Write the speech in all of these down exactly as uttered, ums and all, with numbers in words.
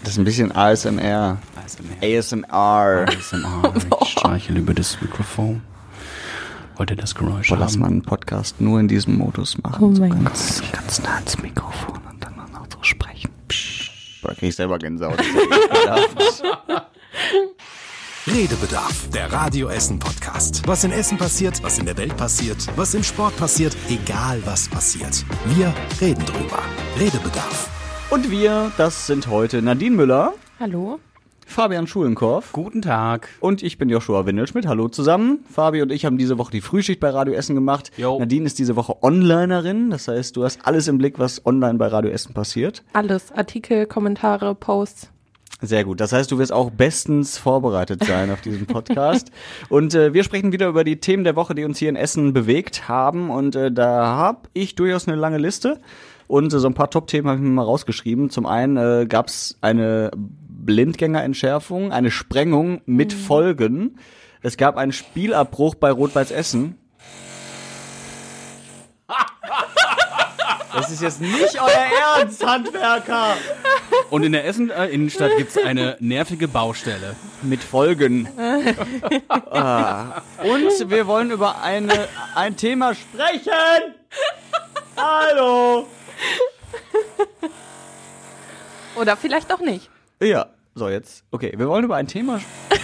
Das ist ein bisschen A S M R. A S M R. A S M R. A S M R. Ich streichel über das Mikrofon. Wollt ihr das Geräusch haben? Lass mal einen Podcast nur in diesem Modus machen. Oh mein so Gott. ganz, ganz nah ans Mikrofon und dann noch so sprechen. Psst. Da krieg ich selber Gänsehaut. Redebedarf, der Radio Essen Podcast. Was in Essen passiert, was in der Welt passiert, was im Sport passiert, egal was passiert. Wir reden drüber. Redebedarf. Und wir, das sind heute Nadine Müller. Hallo. Fabian Schulenkorf. Guten Tag. Und ich bin Joshua Windelschmidt. Hallo zusammen. Fabi und ich haben diese Woche die Frühschicht bei Radio Essen gemacht. Jo. Nadine ist diese Woche Onlinerin. Das heißt, du hast alles im Blick, was online bei Radio Essen passiert. Alles. Artikel, Kommentare, Posts. Sehr gut. Das heißt, du wirst auch bestens vorbereitet sein auf diesen Podcast. Und äh, wir sprechen wieder über die Themen der Woche, die uns hier in Essen bewegt haben. Und äh, da habe ich durchaus eine lange Liste. Und äh, so ein paar Top-Themen habe ich mir mal rausgeschrieben. Zum einen äh, gab es eine Blindgängerentschärfung, eine Sprengung mit mhm. Folgen. Es gab einen Spielabbruch bei Rot-Weiß Essen. Das ist jetzt nicht euer Ernst, Handwerker! Und in der Essen äh, Innenstadt gibt's eine nervige Baustelle. Mit Folgen. ah. Und wir wollen über eine, ein Thema sprechen! Hallo! Oder vielleicht auch nicht. Ja, so jetzt. Okay, wir wollen über ein Thema sprechen.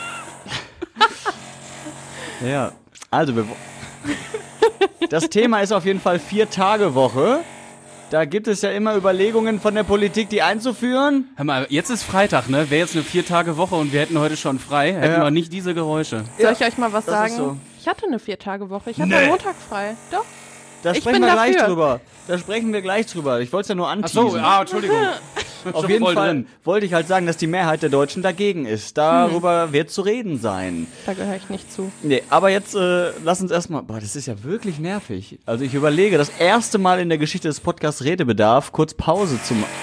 ja, also wir Das Thema ist auf jeden Fall Vier-Tage-Woche. Da gibt es ja immer Überlegungen von der Politik, die einzuführen. Hör mal, jetzt ist Freitag, ne? Wäre jetzt eine Vier-Tage-Woche und wir hätten heute schon frei, hätten ja. wir nicht diese Geräusche. Soll ich euch mal was das sagen? ist so. Ich hatte eine Vier-Tage-Woche. Ich hatte Nee. am Montag frei. Doch. Da Ich sprechen bin wir gleich dafür. drüber. Da sprechen wir gleich drüber. Ich wollte es ja nur Ach anteasen. so, ah, Entschuldigung. Auf Schon jeden voll Fall drin. wollte ich halt sagen, dass die Mehrheit der Deutschen dagegen ist. Darüber wird zu reden sein. Da gehöre ich nicht zu. Nee, aber jetzt äh, lass uns erstmal. Boah, das ist ja wirklich nervig. Also ich überlege, das erste Mal in der Geschichte des Podcasts Redebedarf kurz Pause zu machen.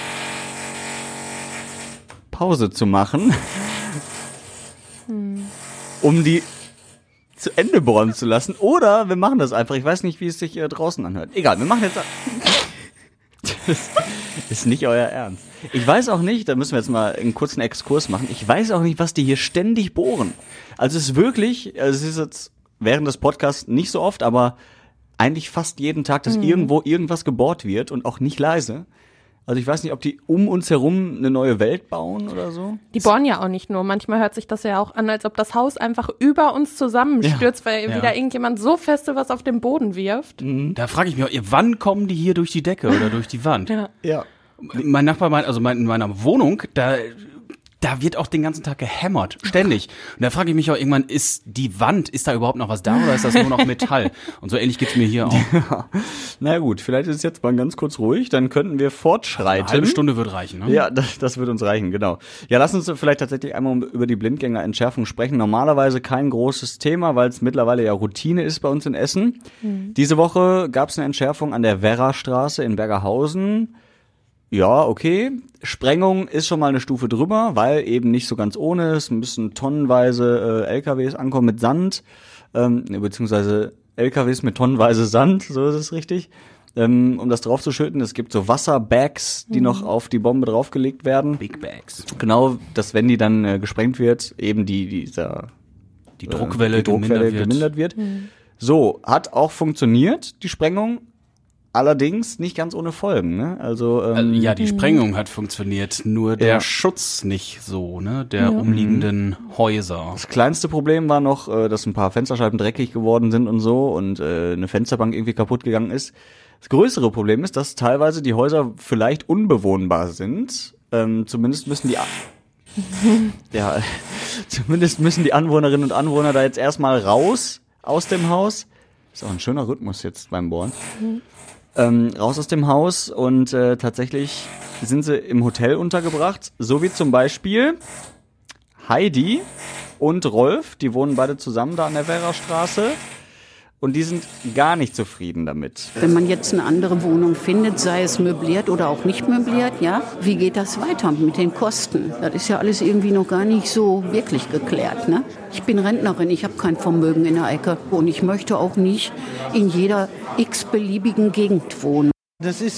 Pause zu machen. Hm. Um die zu Ende bohren zu lassen. Oder wir machen das einfach. Ich weiß nicht, wie es sich äh, draußen anhört. Egal, wir machen jetzt. Das ist nicht euer Ernst. Ich weiß auch nicht, da müssen wir jetzt mal einen kurzen Exkurs machen, ich weiß auch nicht, was die hier ständig bohren. Also es ist wirklich, also es ist jetzt während des Podcasts nicht so oft, aber eigentlich fast jeden Tag, dass mhm. irgendwo irgendwas gebohrt wird und auch nicht leise. Also ich weiß nicht, ob die um uns herum eine neue Welt bauen oder so. Die bohren ja auch nicht nur. Manchmal hört sich das ja auch an, als ob das Haus einfach über uns zusammenstürzt, ja. weil Ja. wieder irgendjemand so feste was auf den Boden wirft. Mhm. Da frage ich mich auch, wann kommen die hier durch die Decke oder durch die Wand? Ja. Ja. Mein Nachbar, mein, also mein, in meiner Wohnung, da, da wird auch den ganzen Tag gehämmert, ständig. Und da frage ich mich auch irgendwann, ist die Wand, ist da überhaupt noch was da oder ist das nur noch Metall? Und so ähnlich geht's mir hier auch. Ja. Na gut, vielleicht ist es jetzt mal ganz kurz ruhig, dann könnten wir fortschreiten. Eine halbe Stunde wird reichen, ne? Ja, das, das wird uns reichen, genau. Ja, lass uns vielleicht tatsächlich einmal über die Blindgängerentschärfung sprechen. Normalerweise kein großes Thema, weil es mittlerweile ja Routine ist bei uns in Essen. Mhm. Diese Woche gab es eine Entschärfung an der Werrastraße in Bergerhausen. Ja, okay. Sprengung ist schon mal eine Stufe drüber, weil eben nicht so ganz ohne. Es müssen tonnenweise äh, L K Ws ankommen mit Sand, ähm, beziehungsweise L K Ws mit tonnenweise Sand, so ist es richtig, ähm, um das draufzuschütten. Es gibt so Wasserbags, die mhm. noch auf die Bombe draufgelegt werden. Big Bags. Genau, dass wenn die dann äh, gesprengt wird, eben die dieser Die Druckwelle, äh, die Druckwelle gemindert gemindert wird. wird. Mhm. So, hat auch funktioniert, die Sprengung. Allerdings nicht ganz ohne Folgen, ne? Also, ähm, Also, ja, die Sprengung hat funktioniert, nur der Ja. Schutz nicht so, ne? Der Ja. umliegenden Häuser. das kleinste Problem war noch, äh, dass ein paar Fensterscheiben dreckig geworden sind und so und äh, eine Fensterbank irgendwie kaputt gegangen ist. Das größere Problem ist, dass teilweise die Häuser vielleicht unbewohnbar sind. Ähm, zumindest müssen die A- ja, zumindest müssen die Anwohnerinnen und Anwohner da jetzt erstmal raus aus dem Haus. Ist auch ein schöner Rhythmus jetzt beim Bohren. Mhm. Ähm, raus aus dem Haus und äh, tatsächlich sind sie im Hotel untergebracht, so wie zum Beispiel Heidi und Rolf, die wohnen beide zusammen da an der Werrastraße und die sind gar nicht zufrieden damit. Wenn man jetzt eine andere Wohnung findet, sei es möbliert oder auch nicht möbliert, ja, wie geht das weiter mit den Kosten? Das ist ja alles irgendwie noch gar nicht so wirklich geklärt, ne? Ich bin Rentnerin, ich habe kein Vermögen in der Ecke und ich möchte auch nicht in jeder x-beliebigen Gegend wohnen. Das ist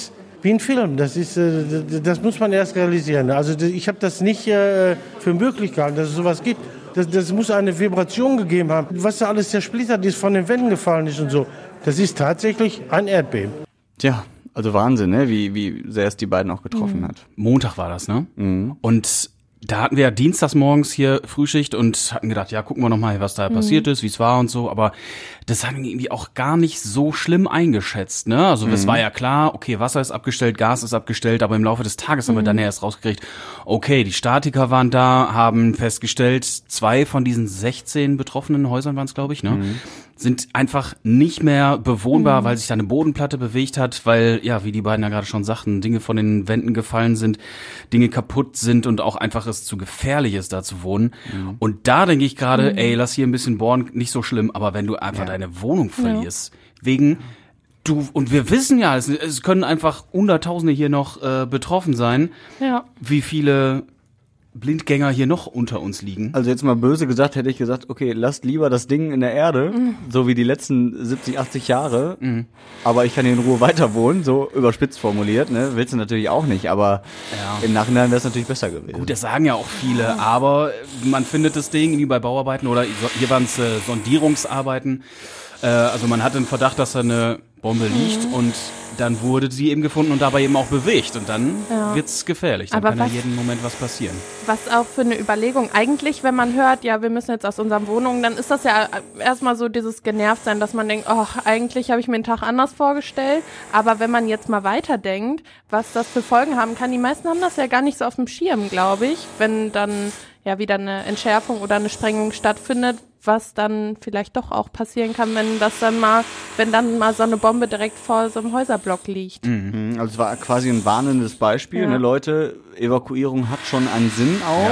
wie ein Film. Das ist, äh, das muss man erst realisieren. Also ich habe das nicht äh, für möglich gehalten, dass es sowas gibt. Das, das muss eine Vibration gegeben haben. Was da alles zersplittert ist, von den Wänden gefallen ist und so. Das ist tatsächlich ein Erdbeben. Tja, also Wahnsinn, ne? Wie, wie sehr es die beiden auch getroffen Mhm. hat. Montag war das, ne? Mhm. Und da hatten wir ja dienstags morgens hier Frühschicht und hatten gedacht, ja, gucken wir noch mal, was da Mhm. passiert ist, wie es war und so. Aber das haben wir irgendwie auch gar nicht so schlimm eingeschätzt, ne? Also es war ja klar, okay, Wasser ist abgestellt, Gas ist abgestellt, aber im Laufe des Tages haben wir dann ja erst rausgekriegt, okay, die Statiker waren da, haben festgestellt, zwei von diesen sechzehn betroffenen Häusern waren es, glaube ich, ne? Sind einfach nicht mehr bewohnbar, weil sich da eine Bodenplatte bewegt hat, weil, ja, wie die beiden ja gerade schon sagten, Dinge von den Wänden gefallen sind, Dinge kaputt sind und auch einfach es zu gefährlich ist, da zu wohnen. Mhm. Und da denke ich gerade, mhm. ey, lass hier ein bisschen bohren, nicht so schlimm, aber wenn du einfach ja. deine Wohnung verlierst, ja. wegen du, und wir wissen ja, es, es können einfach Hunderttausende hier noch äh, betroffen sein, ja. wie viele Blindgänger hier noch unter uns liegen. Also jetzt mal böse gesagt, hätte ich gesagt, okay, lasst lieber das Ding in der Erde, mhm. so wie die letzten siebzig, achtzig Jahre, mhm. aber ich kann hier in Ruhe weiter wohnen, so überspitzt formuliert, ne, willst du natürlich auch nicht, aber ja. im Nachhinein wäre es natürlich besser gewesen. Gut, das sagen ja auch viele, aber man findet das Ding irgendwie bei Bauarbeiten oder hier waren es äh, Sondierungsarbeiten, äh, also man hatte den Verdacht, dass da eine Bombe liegt mhm. und dann wurde sie eben gefunden und dabei eben auch bewegt und dann ja. wird's gefährlich. Dann aber kann was, ja jeden Moment was passieren. Was auch für eine Überlegung, eigentlich, wenn man hört, ja, wir müssen jetzt aus unseren Wohnungen, dann ist das ja erstmal so dieses Genervtsein, dass man denkt, oh, eigentlich habe ich mir den Tag anders vorgestellt, aber wenn man jetzt mal weiterdenkt, was das für Folgen haben kann, die meisten haben das ja gar nicht so auf dem Schirm, glaube ich, wenn dann ja wieder eine Entschärfung oder eine Sprengung stattfindet, was dann vielleicht doch auch passieren kann, wenn das dann mal, wenn dann mal so eine Bombe direkt vor so einem Häuserblock liegt. Mhm. Also es war quasi ein warnendes Beispiel, ja. ne, Leute, Evakuierung hat schon einen Sinn auch.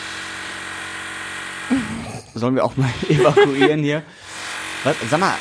Ja. Sollen wir auch mal evakuieren hier? Was? Sag mal,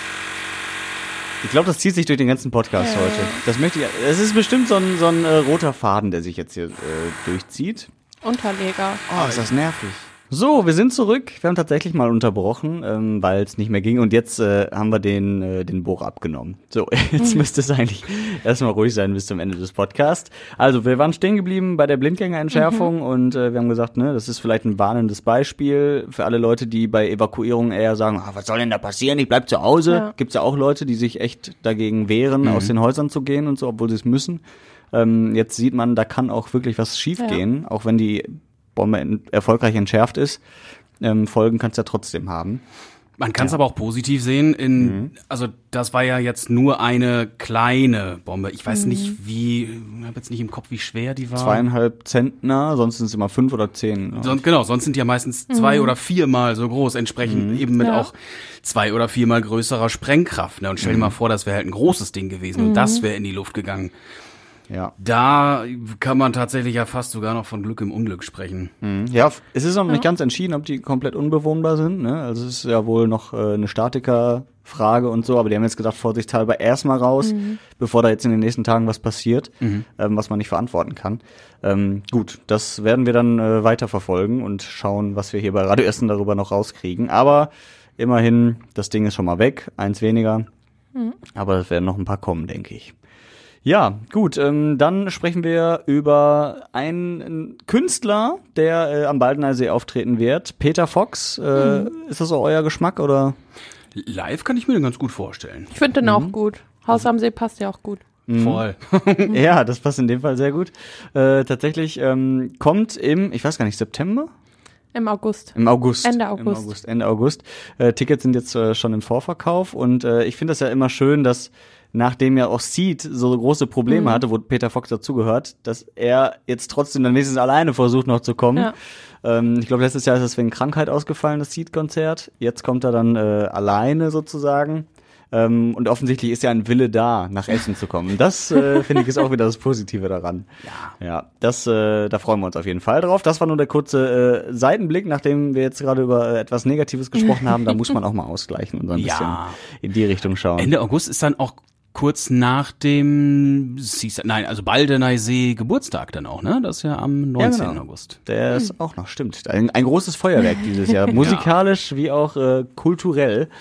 ich glaube, das zieht sich durch den ganzen Podcast ja. heute. Das möchte ich, es ist bestimmt so ein, so ein äh, roter Faden, der sich jetzt hier äh, durchzieht. Unterleger. Oh, ist das nervig. So, wir sind zurück. Wir haben tatsächlich mal unterbrochen, ähm, weil es nicht mehr ging. Und jetzt äh, haben wir den äh, den Bohrer abgenommen. So, jetzt müsste es eigentlich erstmal ruhig sein bis zum Ende des Podcasts. Also, wir waren stehen geblieben bei der Blindgängerentschärfung mhm. und äh, wir haben gesagt, ne, das ist vielleicht ein warnendes Beispiel für alle Leute, die bei Evakuierungen eher sagen, ah, was soll denn da passieren? Ich bleib zu Hause. Ja. Gibt's ja auch Leute, die sich echt dagegen wehren, mhm. aus den Häusern zu gehen und so, obwohl sie es müssen. Ähm, jetzt sieht man, da kann auch wirklich was schiefgehen, ja. auch wenn die Bombe in, erfolgreich entschärft ist. Ähm, Folgen kann es ja trotzdem haben. Man kann es ja. aber auch positiv sehen. In, mhm. Also das war ja jetzt nur eine kleine Bombe. Ich weiß mhm. nicht, wie, ich habe jetzt nicht im Kopf, wie schwer die war. Zweieinhalb Zentner, sonst sind es immer fünf oder zehn. Ja. Sonst, genau, sonst sind die ja meistens mhm. zwei oder viermal so groß, entsprechend mhm. eben mit ja. auch zwei oder viermal größerer Sprengkraft. Ne? Und stell dir mhm. mal vor, das wäre halt ein großes Ding gewesen mhm. und das wäre in die Luft gegangen. Ja. Da kann man tatsächlich ja fast sogar noch von Glück im Unglück sprechen. Mhm. Ja, es ist noch ja. nicht ganz entschieden, ob die komplett unbewohnbar sind. Ne? Also es ist ja wohl noch äh, eine Statikerfrage und so, aber die haben jetzt gedacht, vorsichtshalber erstmal raus, mhm. bevor da jetzt in den nächsten Tagen was passiert, mhm. ähm, was man nicht verantworten kann. Ähm, gut, das werden wir dann äh, weiterverfolgen und schauen, was wir hier bei Radio Essen darüber noch rauskriegen. Aber immerhin, das Ding ist schon mal weg, eins weniger. Mhm. Aber es werden noch ein paar kommen, denke ich. Ja, gut, ähm, dann sprechen wir über einen Künstler, der äh, am Baldeneysee auftreten wird. Peter Fox, äh, mhm. ist das so euer Geschmack, oder? Live kann ich mir den ganz gut vorstellen. Ich finde den mhm. auch gut. Haus am See passt ja auch gut. Mhm. Voll. Ja, das passt in dem Fall sehr gut. Äh, tatsächlich ähm, kommt im, ich weiß gar nicht, September? Im August. Im August. Ende August. Im August, Ende August. Äh, Tickets sind jetzt äh, schon im Vorverkauf und äh, ich finde das ja immer schön, dass nachdem ja auch Seed so große Probleme mhm. hatte, wo Peter Fox dazugehört, dass er jetzt trotzdem dann wenigstens alleine versucht noch zu kommen. Ja. Ähm, ich glaube, letztes Jahr ist das wegen Krankheit ausgefallen, das Seed-Konzert. Jetzt kommt er dann äh, alleine sozusagen. Ähm, und offensichtlich ist ja ein Wille da, nach Essen zu kommen. Das, äh, finde ich, ist auch wieder das Positive daran. Ja. Ja, das, äh, da freuen wir uns auf jeden Fall drauf. Das war nur der kurze äh, Seitenblick, nachdem wir jetzt gerade über äh, etwas Negatives gesprochen haben. Da muss man auch mal ausgleichen und so ein ja. bisschen in die Richtung schauen. Ende August ist dann auch kurz nach dem, nein, also Baldeneysee Geburtstag dann auch, ne? Das ist ja am neunzehnten Ja, genau. August. Der ist auch noch, stimmt. Ein, ein großes Feuerwerk dieses Jahr. Musikalisch ja. wie auch äh, kulturell.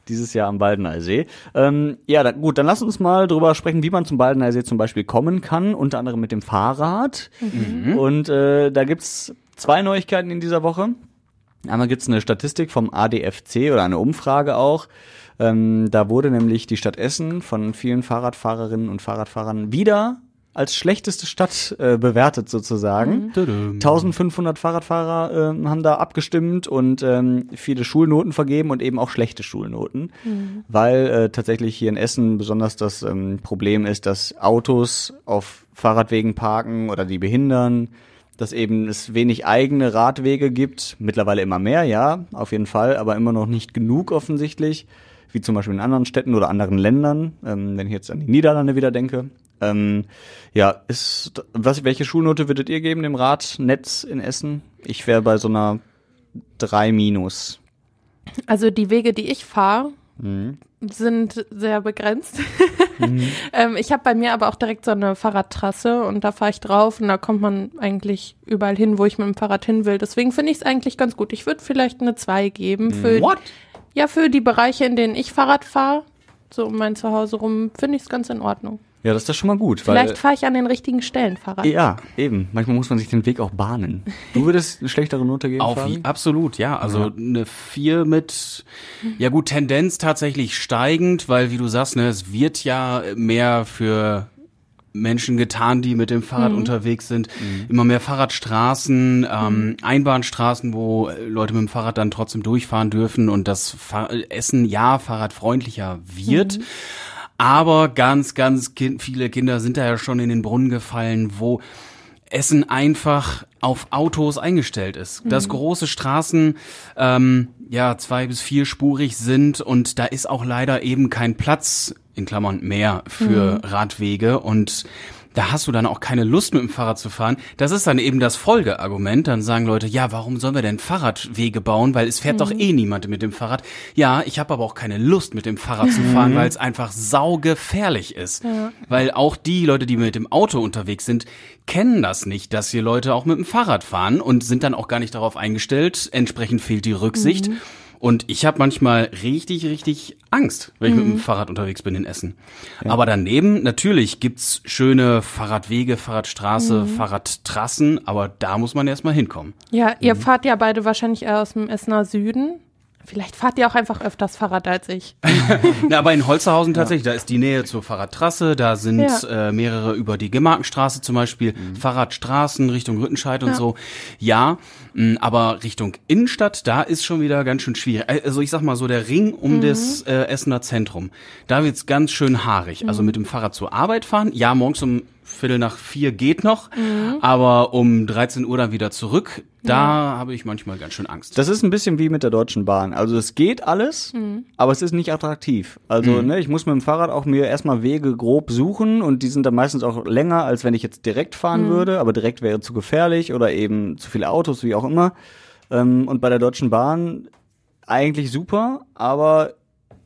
dieses Jahr am Baldeneysee. Ähm, ja, da, gut, dann lass uns mal drüber sprechen, wie man zum Baldeneysee zum Beispiel kommen kann, unter anderem mit dem Fahrrad. Mhm. Und äh, da gibt's zwei Neuigkeiten in dieser Woche. Einmal gibt's eine Statistik vom A D F C oder eine Umfrage auch. Ähm, da wurde nämlich die Stadt Essen von vielen Fahrradfahrerinnen und Fahrradfahrern wieder als schlechteste Stadt äh, bewertet sozusagen. Mhm. eintausendfünfhundert Fahrradfahrer äh, haben da abgestimmt und ähm, viele Schulnoten vergeben und eben auch schlechte Schulnoten, mhm. weil äh, tatsächlich hier in Essen besonders das ähm, Problem ist, dass Autos auf Fahrradwegen parken oder die behindern, dass eben es wenig eigene Radwege gibt, mittlerweile immer mehr, ja, auf jeden Fall, aber immer noch nicht genug offensichtlich, wie zum Beispiel in anderen Städten oder anderen Ländern, ähm, wenn ich jetzt an die Niederlande wieder denke. Ähm, ja, ist, was, welche Schulnote würdet ihr geben dem Radnetz in Essen? Ich wäre bei so einer drei minus. Also die Wege, die ich fahre, mhm. sind sehr begrenzt. mhm. ähm, ich habe bei mir aber auch direkt so eine Fahrradtrasse und da fahre ich drauf und da kommt man eigentlich überall hin, wo ich mit dem Fahrrad hin will. Deswegen finde ich es eigentlich ganz gut. Ich würde vielleicht eine zwei geben. Für, What? Ja, für die Bereiche, in denen ich Fahrrad fahre, so um mein Zuhause rum, finde ich es ganz in Ordnung. Ja, das ist das schon mal gut. Vielleicht fahre ich an den richtigen Stellen Fahrrad. Ja, eben. Manchmal muss man sich den Weg auch bahnen. Du würdest eine schlechtere Note geben? Auf, absolut, ja. Also ja. eine vier mit, ja gut, Tendenz tatsächlich steigend, weil wie du sagst, ne, es wird ja mehr für Menschen getan, die mit dem Fahrrad mhm. unterwegs sind. Mhm. Immer mehr Fahrradstraßen, ähm, mhm. Einbahnstraßen, wo Leute mit dem Fahrrad dann trotzdem durchfahren dürfen und das Fahr- Essen ja fahrradfreundlicher wird. Mhm. Aber ganz, ganz kind, viele Kinder sind da ja schon in den Brunnen gefallen, wo Essen einfach auf Autos eingestellt ist. Mhm. Dass große Straßen ähm, ja zwei- bis vierspurig sind und da ist auch leider eben kein Platz, in Klammern mehr, für mhm. Radwege und da hast du dann auch keine Lust mit dem Fahrrad zu fahren. Das ist dann eben das Folgeargument. Dann sagen Leute, ja, warum sollen wir denn Fahrradwege bauen? Weil es fährt mhm. doch eh niemand mit dem Fahrrad. Ja, ich habe aber auch keine Lust mit dem Fahrrad zu fahren, mhm. weil es einfach saugefährlich ist. Ja. Weil auch die Leute, die mit dem Auto unterwegs sind, kennen das nicht, dass hier Leute auch mit dem Fahrrad fahren und sind dann auch gar nicht darauf eingestellt. Entsprechend fehlt die Rücksicht. Mhm. Und ich habe manchmal richtig, richtig Angst, wenn ich mhm. mit dem Fahrrad unterwegs bin in Essen. Ja. Aber daneben, natürlich gibt's schöne Fahrradwege, Fahrradstraße, mhm. Fahrradtrassen, aber da muss man erstmal hinkommen. Ja, ihr mhm. fahrt ja beide wahrscheinlich eher aus dem Essener Süden. Vielleicht fahrt ihr auch einfach öfters Fahrrad als ich. Na, aber in Holzerhausen tatsächlich, ja. da ist die Nähe zur Fahrradtrasse, da sind ja. äh, mehrere über die Gemarkenstraße zum Beispiel, mhm. Fahrradstraßen Richtung Rüttenscheid und ja. so. Ja, mh, aber Richtung Innenstadt, da ist schon wieder ganz schön schwierig. Also ich sag mal so, der Ring um mhm. das äh, Essener Zentrum, da wird's ganz schön haarig. Mhm. Also mit dem Fahrrad zur Arbeit fahren, ja, morgens um Viertel nach vier geht noch, mhm. aber um dreizehn Uhr dann wieder zurück. Da ja. habe ich manchmal ganz schön Angst. Das ist ein bisschen wie mit der Deutschen Bahn. Also es geht alles, mhm. aber es ist nicht attraktiv. Also mhm. ne, ich muss mit dem Fahrrad auch mir erstmal Wege grob suchen und die sind dann meistens auch länger, als wenn ich jetzt direkt fahren mhm. würde. Aber direkt wäre zu gefährlich oder eben zu viele Autos, wie auch immer. Und bei der Deutschen Bahn eigentlich super, aber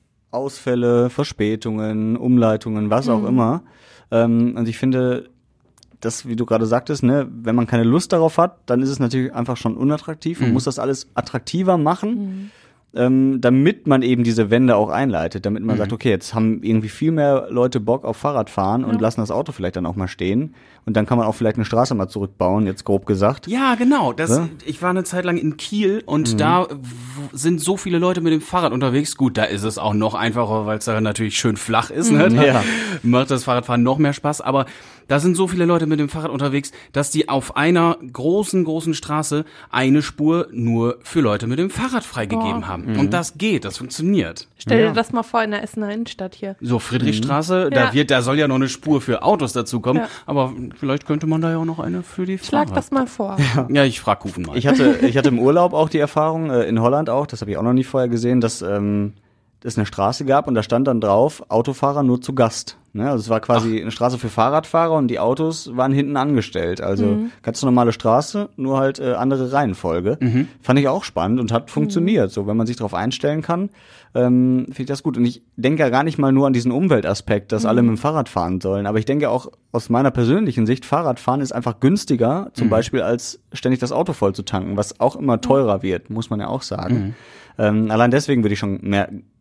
Ausfälle, Verspätungen, Umleitungen, was auch mhm. immer. Und ich finde, das, wie du gerade sagtest, ne, wenn man keine Lust darauf hat, dann ist es natürlich einfach schon unattraktiv. Man mhm. muss das alles attraktiver machen, mhm. ähm, damit man eben diese Wende auch einleitet, damit man mhm. sagt, okay, jetzt haben irgendwie viel mehr Leute Bock auf Fahrradfahren ja. und lassen das Auto vielleicht dann auch mal stehen. Und dann kann man auch vielleicht eine Straße mal zurückbauen, jetzt grob gesagt. Ja, genau. Das, ja? Ich war eine Zeit lang in Kiel und mhm. da w- sind so viele Leute mit dem Fahrrad unterwegs. Gut, da ist es auch noch einfacher, weil es da natürlich schön flach ist. Ne? Da ja. macht das Fahrradfahren noch mehr Spaß. Aber da sind so viele Leute mit dem Fahrrad unterwegs, dass die auf einer großen, großen Straße eine Spur nur für Leute mit dem Fahrrad freigegeben oh. haben. Mhm. Und das geht, das funktioniert. Stell dir ja. das mal vor in der Essener Innenstadt hier. So, Friedrichstraße, mhm. da ja. wird, da soll ja noch eine Spur für Autos dazukommen. Ja. Aber vielleicht könnte man da ja auch noch eine für die Fahrrad. Schlag das mal vor. Ja, ja ich frag Kufen mal. Ich hatte, ich hatte im Urlaub auch die Erfahrung, äh, in Holland auch, das habe ich auch noch nicht vorher gesehen, dass ähm, es eine Straße gab und da stand dann drauf, Autofahrer nur zu Gast. Ne? Also es war quasi Ach. eine Straße für Fahrradfahrer und die Autos waren hinten angestellt. Also mhm. ganz normale Straße, nur halt äh, andere Reihenfolge. Mhm. Fand ich auch spannend und hat funktioniert. Mhm. So, wenn man sich darauf einstellen kann, ähm, finde ich das gut. Und ich denke ja gar nicht mal nur an diesen Umweltaspekt, dass mhm. alle mit dem Fahrrad fahren sollen. Aber ich denke auch aus meiner persönlichen Sicht, Fahrradfahren ist einfach günstiger, zum mhm. Beispiel als ständig das Auto voll zu tanken, was auch immer teurer wird, muss man ja auch sagen. Mhm. Ähm, allein deswegen würde ich schon mehr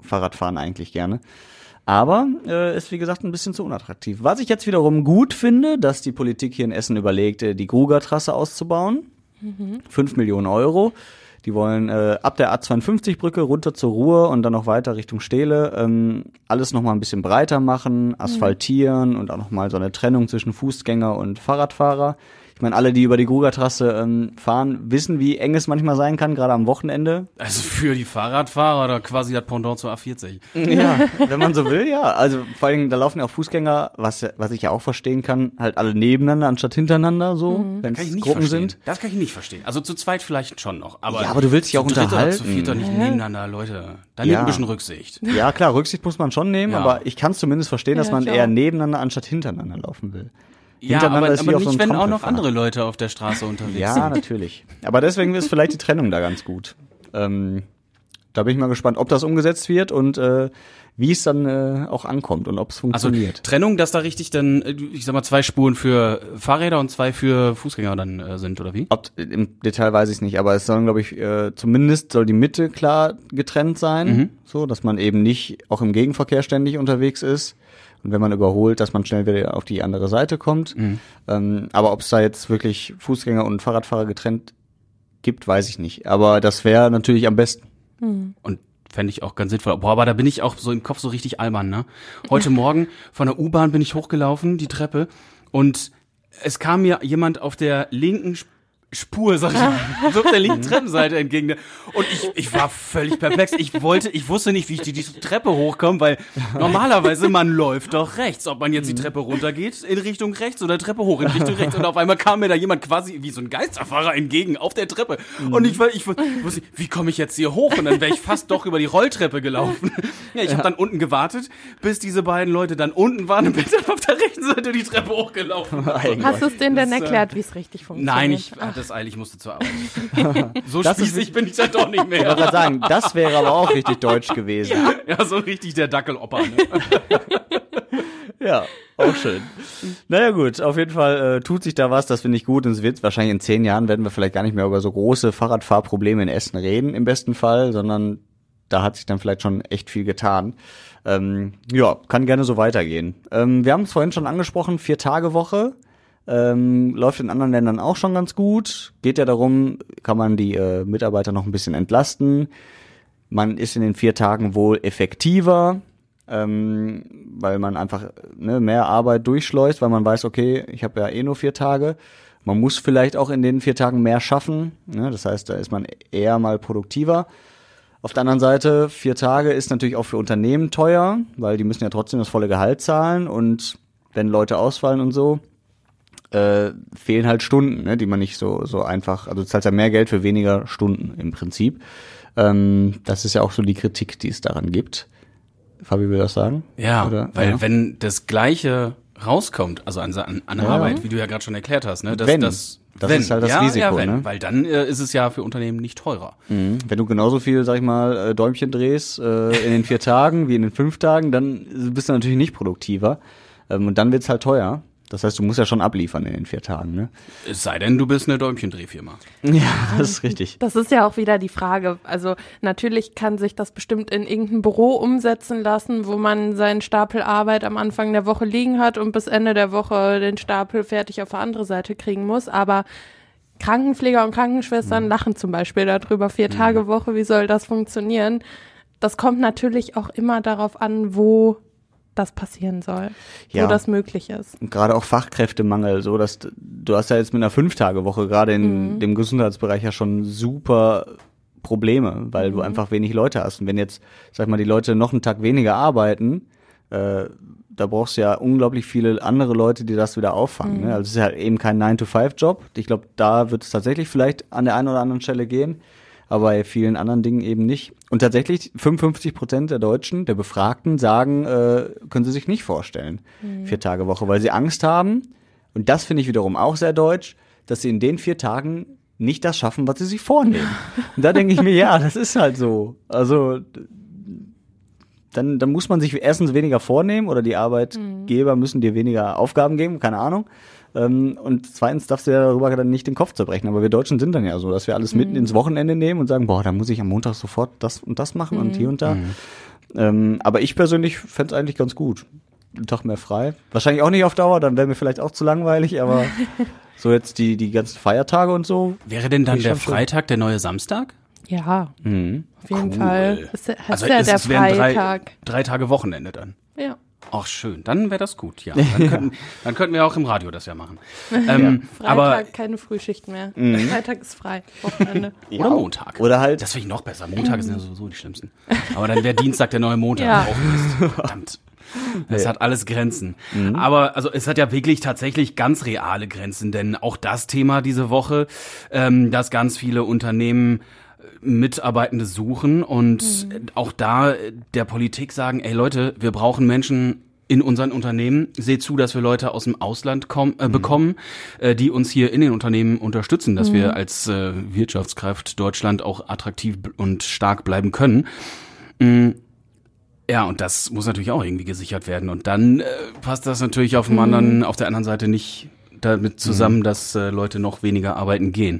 Fahrradfahren eigentlich gerne. Aber äh, ist, wie gesagt, ein bisschen zu unattraktiv. Was ich jetzt wiederum gut finde, dass die Politik hier in Essen überlegt, äh, die Gruger-Trasse auszubauen. Mhm. Fünf Millionen Euro. Die wollen äh, ab der A zweiundfünfzig-Brücke runter zur Ruhr und dann noch weiter Richtung Steele ähm, alles nochmal ein bisschen breiter machen, asphaltieren mhm. und auch nochmal so eine Trennung zwischen Fußgänger und Fahrradfahrer. Ich meine, alle, die über die Gruger-Trasse ähm, fahren, wissen, wie eng es manchmal sein kann, gerade am Wochenende. Also für die Fahrradfahrer oder quasi das Pendant zur A vierzig. Ja, wenn man so will, ja. Also vor allem, da laufen ja auch Fußgänger, was was ich ja auch verstehen kann, halt alle nebeneinander anstatt hintereinander, so, Mhm. wenn Kann ich es nicht Gruppen verstehen. sind. Das kann ich nicht verstehen. Also zu zweit vielleicht schon noch. Aber Ja, aber du willst dich auch zu dritt unterhalten. Oder zu viert doch nicht nebeneinander, Leute. Da Ja. nimmt ein bisschen Rücksicht. Ja, klar, Rücksicht muss man schon nehmen, Ja. aber ich kann es zumindest verstehen, dass Ja, man ich eher auch. nebeneinander anstatt hintereinander laufen will. Ja, Hintereinander aber, ist wie aber auf so nicht, einem wenn auch noch Trampelfahrer. andere Leute auf der Straße unterwegs Ja, sind. natürlich. Aber deswegen ist vielleicht die Trennung da ganz gut. Ähm, da bin ich mal gespannt, ob das umgesetzt wird und äh, wie es dann äh, auch ankommt und ob es Also funktioniert. Trennung, dass da richtig dann, äh, ich sag mal, zwei Spuren für Fahrräder und zwei für Fußgänger dann äh, sind, oder wie? Ob, im Detail weiß ich nicht, aber es sollen, glaube ich, äh, zumindest soll die Mitte klar getrennt sein, Mhm. so, dass man eben nicht auch im Gegenverkehr ständig unterwegs ist. Und wenn man überholt, dass man schnell wieder auf die andere Seite kommt. Mhm. Ähm, aber ob es da jetzt wirklich Fußgänger und Fahrradfahrer getrennt gibt, weiß ich nicht. Aber das wäre natürlich am besten. Und fände ich auch ganz sinnvoll. Boah, aber da bin ich auch so im Kopf so richtig albern, ne? Heute Morgen von der U-Bahn bin ich hochgelaufen, die Treppe, und es kam mir jemand auf der linken Sp- Spur, sag ich, so auf der linken Treppenseite entgegen. Und ich, ich war völlig perplex. Ich wollte, ich wusste nicht, wie ich die, diese Treppe hochkomme, weil normalerweise man läuft doch rechts. Ob man jetzt die Treppe runtergeht in Richtung rechts oder Treppe hoch in Richtung rechts. Und auf einmal kam mir da jemand quasi wie so ein Geisterfahrer entgegen auf der Treppe. Und ich, war- ich wusste, nicht, wie komme ich jetzt hier hoch? Und dann wäre ich fast doch über die Rolltreppe gelaufen. Ja, ich habe dann unten gewartet, bis diese beiden Leute dann unten waren und bin dann auf der rechten Seite die Treppe hochgelaufen. Hast du es denen denn Das, äh, erklärt, wie es richtig funktioniert? Nein, ich Ach, hatte es eilig, ich musste zur Arbeit. So Das ist- spießig bin ich dann doch nicht Ich wollte mehr. gerade sagen, das wäre aber auch richtig deutsch gewesen. Ja, so richtig der Dackelopper. Ne? Ja, auch schön. Naja gut, auf jeden Fall äh, tut sich da was, das finde ich gut. Und es wird wahrscheinlich in zehn Jahren werden wir vielleicht gar nicht mehr über so große Fahrradfahrprobleme in Essen reden, im besten Fall, sondern da hat sich dann vielleicht schon echt viel getan. Ähm, ja, kann gerne so weitergehen. Ähm, wir haben es vorhin schon angesprochen, Vier-Tage-Woche. Ähm, läuft in anderen Ländern auch schon ganz gut. Geht ja darum, kann man die äh, Mitarbeiter noch ein bisschen entlasten. Man ist in den vier Tagen wohl effektiver, ähm, weil man einfach ne, mehr Arbeit durchschleust, weil man weiß, okay, ich habe ja eh nur vier Tage. Man muss vielleicht auch in den vier Tagen mehr schaffen. Ne? Das heißt, da ist man eher mal produktiver. Auf der anderen Seite, vier Tage ist natürlich auch für Unternehmen teuer, weil die müssen ja trotzdem das volle Gehalt zahlen. Und wenn Leute ausfallen und so, Äh, fehlen halt Stunden, ne, die man nicht so so einfach, also du zahlst ja mehr Geld für weniger Stunden im Prinzip. Ähm, das ist ja auch so die Kritik, die es daran gibt. Fabi will das sagen? Ja, Oder? weil ja. wenn das Gleiche rauskommt, also an, an, an Ja. Arbeit, wie du ja gerade schon erklärt hast, ne, das, Wenn. das, Das wenn. ist halt das ja, Risiko, ja, wenn, ne? weil dann äh, ist es ja für Unternehmen nicht teurer. Mhm. Wenn du genauso viel, sag ich mal, äh, Däumchen drehst äh, in den vier Tagen wie in den fünf Tagen, dann bist du natürlich nicht produktiver. Ähm, und dann wird's halt teuer. Das heißt, du musst ja schon abliefern in den vier Tagen, ne? Es sei denn, du bist eine Däumchendrehfirma. Ja, das ist richtig. Das ist ja auch wieder die Frage. Also natürlich kann sich das bestimmt in irgendein Büro umsetzen lassen, wo man seinen Stapel Arbeit am Anfang der Woche liegen hat und bis Ende der Woche den Stapel fertig auf der andere Seite kriegen muss. Aber Krankenpfleger und Krankenschwestern Mhm. lachen zum Beispiel darüber, vier Tage Woche, wie soll das funktionieren? Das kommt natürlich auch immer darauf an, wo das passieren soll, Ja. wo das möglich ist. Und gerade auch Fachkräftemangel, so dass du hast ja jetzt mit einer Fünf-Tage-Woche gerade in Mhm. dem Gesundheitsbereich ja schon super Probleme, weil Mhm. du einfach wenig Leute hast. Und wenn jetzt, sag mal, die Leute noch einen Tag weniger arbeiten, äh, da brauchst du ja unglaublich viele andere Leute, die das wieder auffangen. Mhm. Ne? Also es ist ja eben kein nine to five Job. Ich glaube, da wird es tatsächlich vielleicht an der einen oder anderen Stelle gehen, aber bei vielen anderen Dingen eben nicht. Und tatsächlich fünfundfünfzig Prozent der Deutschen, der Befragten, sagen, äh, können sie sich nicht vorstellen, vier Tage Woche, weil sie Angst haben. Und das finde ich wiederum auch sehr deutsch, dass sie in den vier Tagen nicht das schaffen, was sie sich vornehmen. Und da denke ich mir, ja, das ist halt so. Also dann, dann muss man sich erstens weniger vornehmen oder die Arbeitgeber müssen dir weniger Aufgaben geben, keine Ahnung. Ähm, und zweitens darfst du ja darüber dann nicht den Kopf zerbrechen. Aber wir Deutschen sind dann ja so, dass wir alles mitten ins Wochenende nehmen und sagen, boah, da muss ich am Montag sofort das und das machen und hier und da. Mhm. Ähm, aber ich persönlich fände es eigentlich ganz gut. Einen Tag mehr frei. Wahrscheinlich auch nicht auf Dauer, dann wäre mir vielleicht auch zu langweilig, aber so jetzt die, die ganzen Feiertage und so. Wäre denn dann Ich der schon Freitag der neue Samstag? Ja, Mhm. auf jeden Cool. Fall. Ist, ist Also ja es, der es wären drei, Freitag. drei Tage Wochenende dann. Ja. Ach schön, dann wäre das gut, ja. Dann könnten, dann könnten wir auch im Radio das ja machen. Ähm, Freitag aber keine Frühschicht mehr. Mhm. Freitag ist frei. Wochenende. oder Montag. Oder halt, Das finde ich noch besser. Montage sind ja sowieso die schlimmsten. Aber dann wäre Dienstag der neue Montag. Ja. Auch Mist. Verdammt. Es hat alles Grenzen. Aber also es hat ja wirklich tatsächlich ganz reale Grenzen, denn auch das Thema diese Woche, ähm, dass ganz viele Unternehmen Mitarbeitende suchen und mhm. auch da der Politik sagen, ey Leute, wir brauchen Menschen in unseren Unternehmen. Seht zu, dass wir Leute aus dem Ausland komm, äh, mhm. bekommen, äh, die uns hier in den Unternehmen unterstützen, dass mhm. wir als äh, Wirtschaftskraft Deutschland auch attraktiv und stark bleiben können. Mhm. Ja, und das muss natürlich auch irgendwie gesichert werden. Und dann äh, passt das natürlich auf dem mhm. anderen, auf der anderen Seite nicht damit zusammen, mhm. dass äh, Leute noch weniger arbeiten gehen.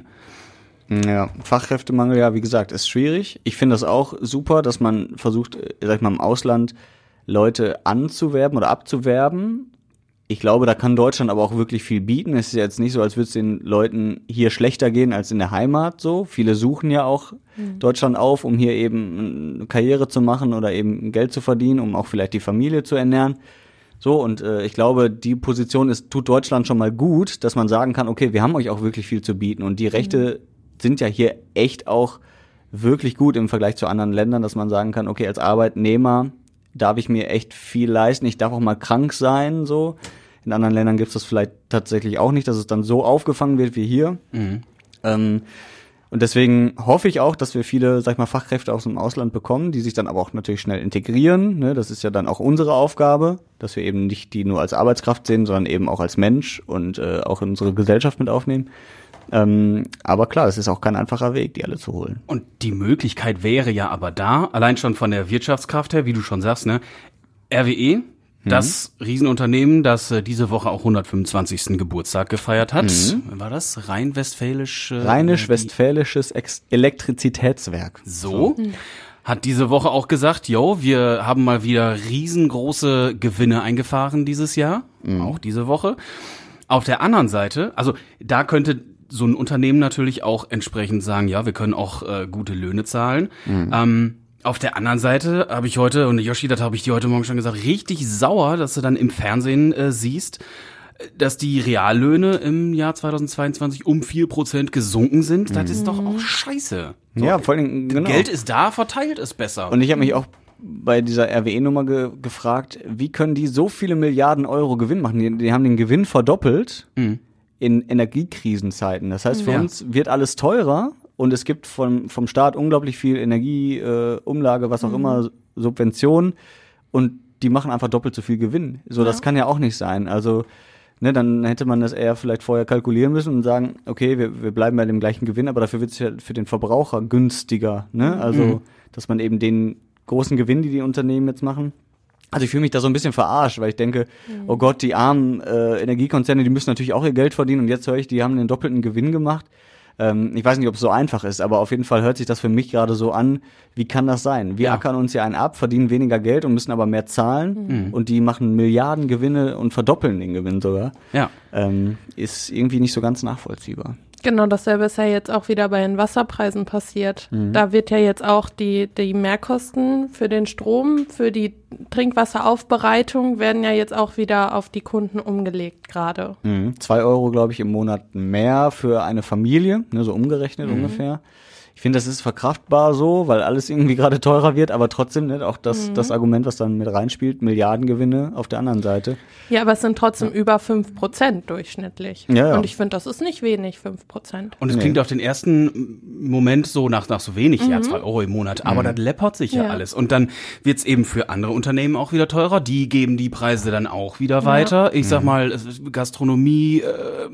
Ja, Fachkräftemangel, ja, wie gesagt, ist schwierig. Ich finde das auch super, dass man versucht, sag ich mal, im Ausland Leute anzuwerben oder abzuwerben. Ich glaube, da kann Deutschland aber auch wirklich viel bieten. Es ist ja jetzt nicht so, als würde es den Leuten hier schlechter gehen als in der Heimat so. Viele suchen ja auch mhm. Deutschland auf, um hier eben eine Karriere zu machen oder eben Geld zu verdienen, um auch vielleicht die Familie zu ernähren. So, und äh, ich glaube, die Position ist, tut Deutschland schon mal gut, dass man sagen kann, okay, wir haben euch auch wirklich viel zu bieten. Und die Rechte mhm. sind ja hier echt auch wirklich gut im Vergleich zu anderen Ländern, dass man sagen kann, okay, als Arbeitnehmer darf ich mir echt viel leisten, ich darf auch mal krank sein, so. In anderen Ländern gibt es das vielleicht tatsächlich auch nicht, dass es dann so aufgefangen wird wie hier. Mhm. Ähm, und deswegen hoffe ich auch, dass wir viele, sag ich mal, Fachkräfte aus dem Ausland bekommen, die sich dann aber auch natürlich schnell integrieren, ne? Das ist ja dann auch unsere Aufgabe, dass wir eben nicht die nur als Arbeitskraft sehen, sondern eben auch als Mensch und äh, auch in unsere Gesellschaft mit aufnehmen. Ähm, aber klar, es ist auch kein einfacher Weg, die alle zu holen. Und die Möglichkeit wäre ja aber da, allein schon von der Wirtschaftskraft her, wie du schon sagst, ne? R W E, mhm. das Riesenunternehmen, das äh, diese Woche auch hundertfünfundzwanzigsten Geburtstag gefeiert hat. Mhm. War das Rhein-Westfälisch? Äh, Rheinisch-Westfälisches Ex- Elektrizitätswerk. So. Mhm. Hat diese Woche auch gesagt, yo, wir haben mal wieder riesengroße Gewinne eingefahren dieses Jahr. Mhm. Auch diese Woche. Auf der anderen Seite, also da könnte so ein Unternehmen natürlich auch entsprechend sagen, ja, wir können auch äh, gute Löhne zahlen. Mhm. Ähm, auf der anderen Seite habe ich heute, und Yoshi, das habe ich dir heute Morgen schon gesagt, richtig sauer, dass du dann im Fernsehen äh, siehst, dass die Reallöhne im Jahr zweitausendzweiundzwanzig um vier Prozent gesunken sind. Das mhm. ist doch auch scheiße. So, ja, vor allem, genau. Geld ist da, verteilt es besser. Und ich habe mich auch bei dieser R W E-Nummer ge- gefragt, wie können die so viele Milliarden Euro Gewinn machen? Die, die haben den Gewinn verdoppelt mhm. in Energiekrisenzeiten. Das heißt, für ja. uns wird alles teurer und es gibt vom, vom Staat unglaublich viel Energieumlage, äh, Umlage, was auch mhm. immer, Subventionen, und die machen einfach doppelt so viel Gewinn. So, ja. das kann ja auch nicht sein. Also, ne, dann hätte man das eher vielleicht vorher kalkulieren müssen und sagen, okay, wir, wir bleiben bei dem gleichen Gewinn, aber dafür wird es ja für den Verbraucher günstiger. Ne? Also, mhm. dass man eben den großen Gewinn, die die Unternehmen jetzt machen. Also ich fühle mich da so ein bisschen verarscht, weil ich denke, mhm. oh Gott, die armen äh, Energiekonzerne, die müssen natürlich auch ihr Geld verdienen, und jetzt höre ich, die haben den doppelten Gewinn gemacht. Ähm, ich weiß nicht, ob es so einfach ist, aber auf jeden Fall hört sich das für mich gerade so an, wie kann das sein? Wir ja. ackern uns ja einen ab, verdienen weniger Geld und müssen aber mehr zahlen, mhm. und die machen Milliarden Gewinne und verdoppeln den Gewinn sogar. Ja. Ähm, ist irgendwie nicht so ganz nachvollziehbar. Genau, dasselbe ist ja jetzt auch wieder bei den Wasserpreisen passiert. Mhm. Da wird ja jetzt auch die, die Mehrkosten für den Strom, für die Trinkwasseraufbereitung werden ja jetzt auch wieder auf die Kunden umgelegt gerade. Mhm. Zwei Euro, glaube ich, im Monat mehr für eine Familie, ne, so umgerechnet mhm. ungefähr. Ich finde, das ist verkraftbar so, weil alles irgendwie gerade teurer wird, aber trotzdem, ne, auch das, mhm. das Argument, was dann mit reinspielt, Milliardengewinne auf der anderen Seite. Ja, aber es sind trotzdem ja. über fünf Prozent durchschnittlich. Ja, ja. Und ich finde, das ist nicht wenig, fünf Prozent. Und es nee. klingt auf den ersten Moment so nach, nach so wenig, mhm. ja, zwei Euro im Monat, aber mhm. das läppert sich ja, ja alles. Und dann wird's eben für andere Unternehmen auch wieder teurer, die geben die Preise dann auch wieder weiter. Ja. Ich sag mal, Gastronomie, äh,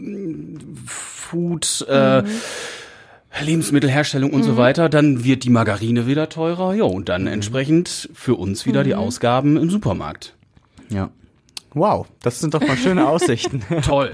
Food, äh, mhm. Lebensmittelherstellung und mhm. so weiter, dann wird die Margarine wieder teurer, ja, und dann mhm. entsprechend für uns wieder mhm. die Ausgaben im Supermarkt. Ja, Wow, das sind doch mal schöne Aussichten. Toll.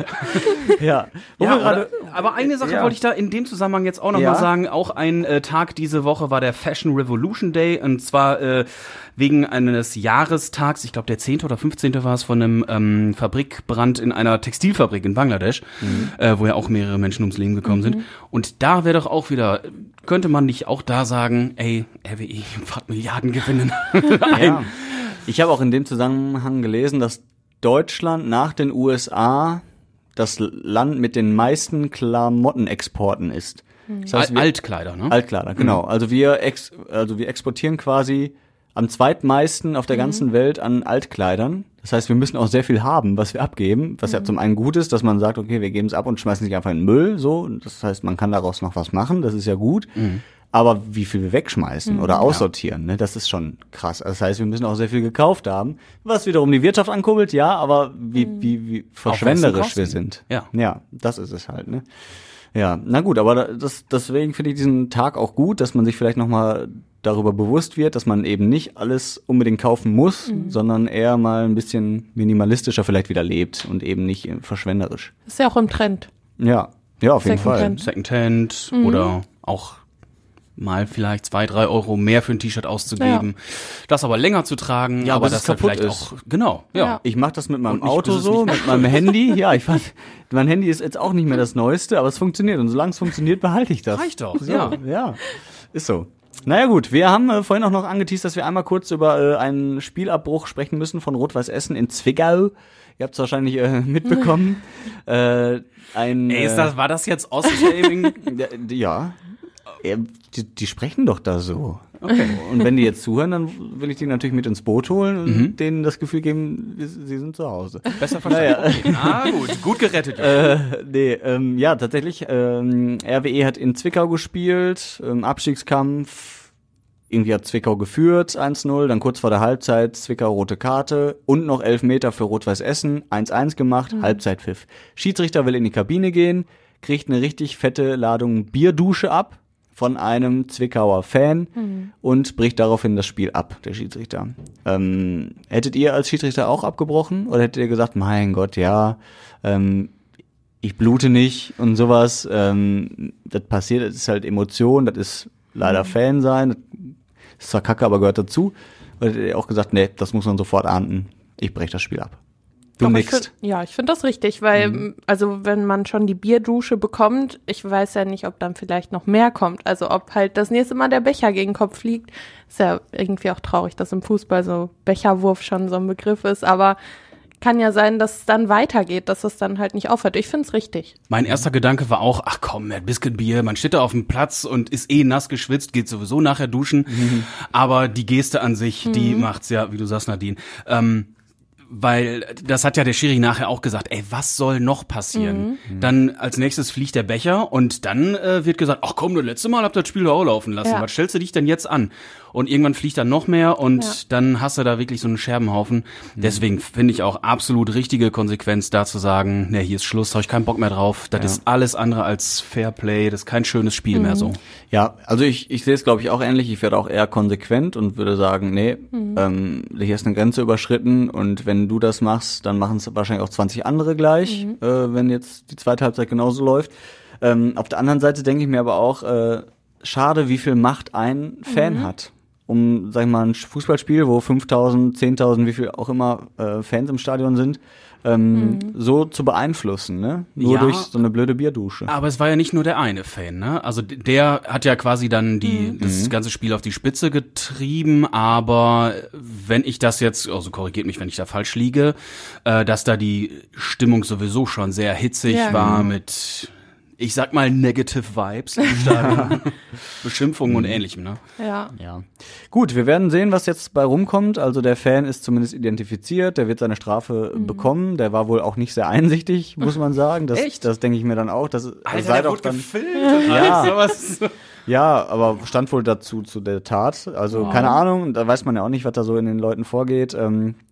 Ja, Wo Ja, wir grade, aber, aber eine Sache ja. wollte ich da in dem Zusammenhang jetzt auch noch Ja. mal sagen. Auch ein äh, Tag diese Woche war der Fashion Revolution Day. Und zwar äh, wegen eines Jahrestags, ich glaube der zehnte oder fünfzehnte war es, von einem ähm, Fabrikbrand in einer Textilfabrik in Bangladesch, mhm. äh, wo ja auch mehrere Menschen ums Leben gekommen mhm. sind. Und da wäre doch auch wieder, könnte man nicht auch da sagen, ey, R W E fahrt Milliardengewinnen ein. Ja. Ich habe auch in dem Zusammenhang gelesen, dass Deutschland nach den U S A das Land mit den meisten Klamottenexporten ist. Das heißt, wir, Altkleider, ne? Altkleider, genau. Mhm. Also wir ex, also wir exportieren quasi am zweitmeisten auf der mhm. ganzen Welt an Altkleidern. Das heißt, wir müssen auch sehr viel haben, was wir abgeben, was mhm. ja zum einen gut ist, dass man sagt, okay, wir geben es ab und schmeißen es nicht einfach in den Müll, so. Das heißt, man kann daraus noch was machen, das ist ja gut. Mhm. Aber wie viel wir wegschmeißen mhm, oder aussortieren, ja. ne, das ist schon krass. Das heißt, wir müssen auch sehr viel gekauft haben, was wiederum die Wirtschaft ankurbelt, ja, aber wie, mhm. wie, wie verschwenderisch wir sind. Ja. Ja, das ist es halt, ne. Ja, na gut, aber das, deswegen finde ich diesen Tag auch gut, dass man sich vielleicht nochmal darüber bewusst wird, dass man eben nicht alles unbedingt kaufen muss, mhm. sondern eher mal ein bisschen minimalistischer vielleicht wieder lebt und eben nicht verschwenderisch. Ist ja auch im Trend. Ja, ja, auf jeden Second Fall. Hand. Secondhand mhm. oder auch mal vielleicht zwei, drei Euro mehr für ein T-Shirt auszugeben, ja. das aber länger zu tragen, ja, aber bis das es kaputt vielleicht ist. auch, genau, ja. Ja. Ich mache das mit meinem Und nicht, Auto bis es so, nicht mit meinem Handy. Ja, ich fand, mein Handy ist jetzt auch nicht mehr das Neueste, aber es funktioniert. Und solange es funktioniert, behalte ich das. Reicht doch, so, ja. Ja, ist so. Naja gut, wir haben äh, vorhin auch noch angeteast, dass wir einmal kurz über äh, einen Spielabbruch sprechen müssen von Rot-Weiß Essen in Zwickau. Ihr habt es wahrscheinlich äh, mitbekommen. äh, ein, Ey, ist das, war das jetzt Ostshaming? äh, ja. Ja, die, die sprechen doch da so. Okay. Und wenn die jetzt zuhören, dann will ich die natürlich mit ins Boot holen und Mhm. denen das Gefühl geben, sie sind zu Hause. Besser verstanden. Naja. Okay. Ah, gut, gut gerettet. Äh, nee, ähm, ja, tatsächlich, ähm, R W E hat in Zwickau gespielt, ähm, Abstiegskampf, irgendwie hat Zwickau geführt, eins null, dann kurz vor der Halbzeit Zwickau rote Karte und noch elf Meter für Rot-Weiß Essen, eins eins gemacht, mhm. Halbzeitpfiff. Schiedsrichter will in die Kabine gehen, kriegt eine richtig fette Ladung Bierdusche ab von einem Zwickauer Fan mhm. und bricht daraufhin das Spiel ab, der Schiedsrichter. Ähm, hättet ihr als Schiedsrichter auch abgebrochen oder hättet ihr gesagt, mein Gott, ja, ähm, ich blute nicht und sowas, ähm, das passiert, das ist halt Emotion, das ist leider mhm. Fan sein, das ist zwar kacke, aber gehört dazu. Oder hättet ihr auch gesagt, nee, das muss man sofort ahnden, ich breche das Spiel ab. Du Aber ich nix. find, ja, ich finde das richtig, weil, Mhm. also wenn man schon die Bierdusche bekommt, ich weiß ja nicht, ob dann vielleicht noch mehr kommt. Also ob halt das nächste Mal der Becher gegen den Kopf fliegt. Ist ja irgendwie auch traurig, dass im Fußball so Becherwurf schon so ein Begriff ist. Aber kann ja sein, dass es dann weitergeht, dass es dann halt nicht aufhört. Ich finde es richtig. Mein erster Gedanke war auch, ach komm, mehr Biscuitbier, man steht da auf dem Platz und ist eh nass geschwitzt, geht sowieso nachher duschen. Mhm. Aber die Geste an sich, mhm. die macht's ja, wie du sagst, Nadine. Ähm, Weil das hat ja der Schiri nachher auch gesagt, ey, was soll noch passieren? Mhm. Dann als nächstes fliegt der Becher und dann äh, wird gesagt, ach komm, das letzte Mal habt ihr das Spiel doch auch laufen lassen. Ja. Was stellst du dich denn jetzt an? Und irgendwann fliegt dann noch mehr und Ja. dann hast du da wirklich so einen Scherbenhaufen. Mhm. Deswegen finde ich auch absolut richtige Konsequenz, da zu sagen, ne, hier ist Schluss, habe ich keinen Bock mehr drauf. Das Ja. ist alles andere als Fairplay, das ist kein schönes Spiel Mhm. mehr so. Ja, also ich, ich sehe es, glaube ich, auch ähnlich. Ich werde auch eher konsequent und würde sagen, nee, mhm. ähm, hier ist eine Grenze überschritten und wenn du das machst, dann machen es wahrscheinlich auch zwanzig andere gleich, mhm. äh, wenn jetzt die zweite Halbzeit genauso läuft. Ähm, auf der anderen Seite denke ich mir aber auch, äh, schade, wie viel Macht ein Fan Mhm. hat. Um, sag ich mal, ein Fußballspiel, wo fünftausend, zehntausend, wie viel auch immer äh, Fans im Stadion sind, ähm, mhm. so zu beeinflussen, ne? Nur Ja. durch so eine blöde Bierdusche. Aber es war ja nicht nur der eine Fan, ne? Also d- der hat ja quasi dann die Mhm. das Mhm. ganze Spiel auf die Spitze getrieben, aber wenn ich das jetzt, also korrigiert mich, wenn ich da falsch liege, äh, dass da die Stimmung sowieso schon sehr hitzig Ja, war genau. mit, ich sag mal, Negative Vibes im Stadion, Beschimpfungen und ähnlichem, ne? Ja. Ja. Gut, wir werden sehen, was jetzt bei rumkommt. Also der Fan ist zumindest identifiziert, der wird seine Strafe Mhm. bekommen. Der war wohl auch nicht sehr einsichtig, muss man sagen. Das, Echt? das denke ich mir dann auch. Das sei der doch wurde dann, gefilmt und Ja. alles sowas. ja, aber stand wohl dazu zu der Tat. Also Oh. keine Ahnung, da weiß man ja auch nicht, was da so in den Leuten vorgeht. Ähm,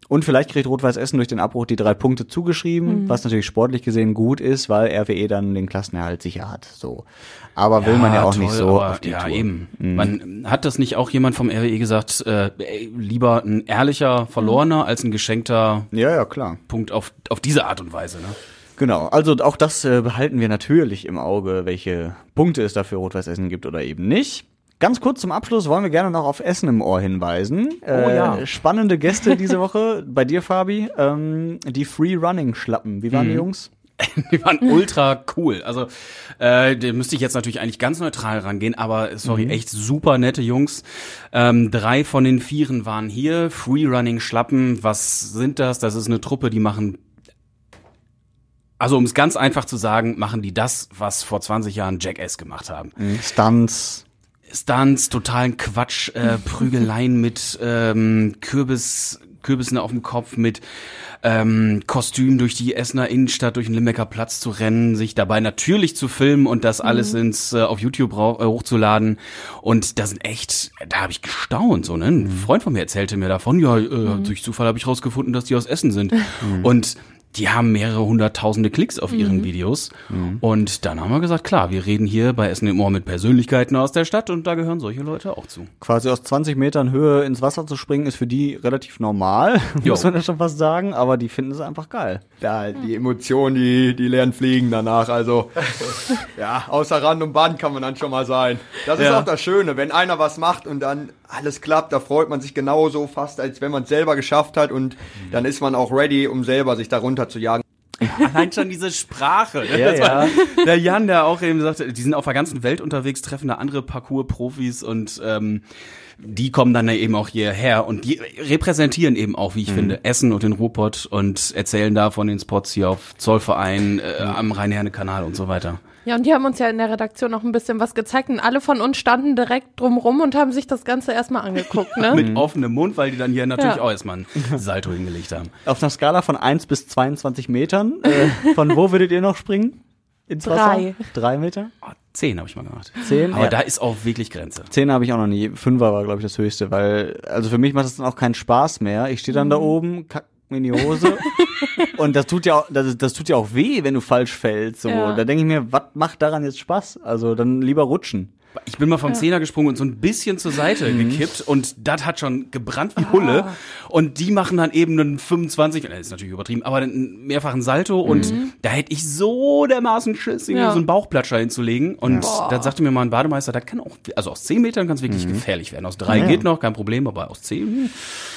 und vielleicht kriegt Rot-Weiß Essen durch den Abbruch die drei Punkte zugeschrieben, mhm. was natürlich sportlich gesehen gut ist, weil R W E dann den Klassenerhalt sicher hat. So, aber will ja, man ja auch toll, nicht so aber, auf die ja, Tour. Eben. Mhm. Man hat das nicht auch jemand vom R W E gesagt, äh, ey, lieber ein ehrlicher Verlorener als ein geschenkter Ja, ja, klar. Punkt auf auf diese Art und Weise, ne? Genau, also auch das äh, behalten wir natürlich im Auge, welche Punkte es dafür Rot-Weiß Essen gibt oder eben nicht. Ganz kurz zum Abschluss wollen wir gerne noch auf Essen im Ohr hinweisen. Oh ja. Äh, spannende Gäste diese Woche, bei dir, Fabi, ähm, die Free-Running-Schlappen. Wie waren Mhm. die Jungs? Die waren ultra cool. Also, äh, da müsste ich jetzt natürlich eigentlich ganz neutral rangehen, aber sorry, Mhm. echt super nette Jungs. Ähm, drei von den Vieren waren hier. Freerunning Schlappen, was sind das? Das ist eine Truppe, die machen, also um es ganz einfach zu sagen, machen die das, was vor zwanzig Jahren Jackass gemacht haben. Stunts. Stunts, totalen Quatsch, äh, Prügeleien mit ähm, Kürbis, Kürbissen auf dem Kopf, mit ähm, Kostüm durch die Essener Innenstadt, durch den Limbecker Platz zu rennen, sich dabei natürlich zu filmen und das alles Mhm. ins äh, auf YouTube rau- äh, hochzuladen. Und das sind echt, da habe ich gestaunt. So, ne? Ein Freund von mir erzählte mir davon, ja, äh, durch Zufall habe ich rausgefunden, dass die aus Essen sind. Und die haben mehrere hunderttausende Klicks auf ihren Videos. Und dann haben wir gesagt, klar, wir reden hier bei Essen im Ohr mit Persönlichkeiten aus der Stadt und da gehören solche Leute auch zu. Quasi aus zwanzig Metern Höhe ins Wasser zu springen, ist für die relativ normal, Jo. muss man ja schon fast sagen, aber die finden es einfach geil. Ja, die Emotionen, die, die lernen fliegen danach. Also, ja, außer Rand und Band kann man dann schon mal sein. Das ist Ja. auch das Schöne, wenn einer was macht und dann alles klappt, da freut man sich genauso fast, als wenn man es selber geschafft hat und dann ist man auch ready, um selber sich darunter zu jagen. Allein schon diese Sprache. Ne? Ja, Das war ja. der Jan, der auch eben sagte, die sind auf der ganzen Welt unterwegs, treffen da andere Parcours-Profis und ähm, die kommen dann eben auch hierher und die repräsentieren eben auch, wie ich finde, Essen und den Ruhrpott und erzählen da von den Spots hier auf Zollverein, äh, am Rhein-Herne-Kanal und so weiter. Ja, und die haben uns ja in der Redaktion noch ein bisschen was gezeigt und alle von uns standen direkt drumrum und haben sich das Ganze erstmal angeguckt, ne? Mit offenem Mund, weil die dann hier natürlich Ja. auch erstmal ein Salto hingelegt haben. Auf einer Skala von eins bis zweiundzwanzig Metern, äh, von wo würdet ihr noch springen? Ins Wasser? Drei. Drei Meter? Oh, zehn habe ich mal gemacht. Zehn? Aber Ja. da ist auch wirklich Grenze. Zehn habe ich auch noch nie. Fünfer war, glaube ich, das höchste, weil, also für mich macht das dann auch keinen Spaß mehr. Ich stehe dann da oben, kack mir in die Hose und das tut ja auch, das, das tut ja auch weh, wenn du falsch fällst. So. Ja. Da denke ich mir, was macht daran jetzt Spaß? Also dann lieber rutschen. Ich bin mal vom Zehner gesprungen und so ein bisschen zur Seite gekippt und das hat schon gebrannt wie Hulle. Und die machen dann eben einen fünfundzwanzig, das ist natürlich übertrieben, aber einen mehrfachen Salto und da hätte ich so dermaßen Schiss, irgendwie Ja. so einen Bauchplatscher hinzulegen. Und dann sagte mir mal ein Bademeister, das kann auch, also aus zehn Metern kann es wirklich gefährlich werden. Aus drei Ja. geht noch, kein Problem, aber aus zehn,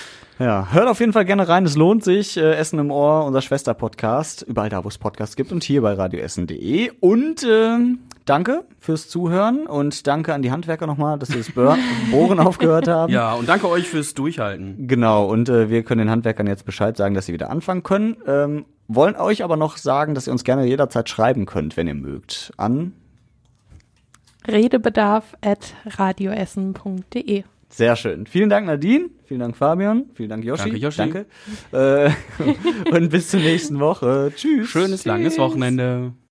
Ja, hört auf jeden Fall gerne rein, es lohnt sich. Äh, Essen im Ohr, unser Schwester-Podcast, überall da, wo es Podcasts gibt und hier bei radioessen punkt de. Und ähm, danke fürs Zuhören und danke an die Handwerker nochmal, dass sie das Bör- Bohren aufgehört haben. ja, und danke euch fürs Durchhalten. Genau, und äh, wir können den Handwerkern jetzt Bescheid sagen, dass sie wieder anfangen können. Ähm, wollen euch aber noch sagen, dass ihr uns gerne jederzeit schreiben könnt, wenn ihr mögt. An Redebedarf at radioessen punkt de. Sehr schön. Vielen Dank, Nadine. Vielen Dank, Fabian. Vielen Dank, Yoshi. Danke, Yoshi. Danke. Äh, und bis zur nächsten Woche. Tschüss. Schönes, langes Wochenende.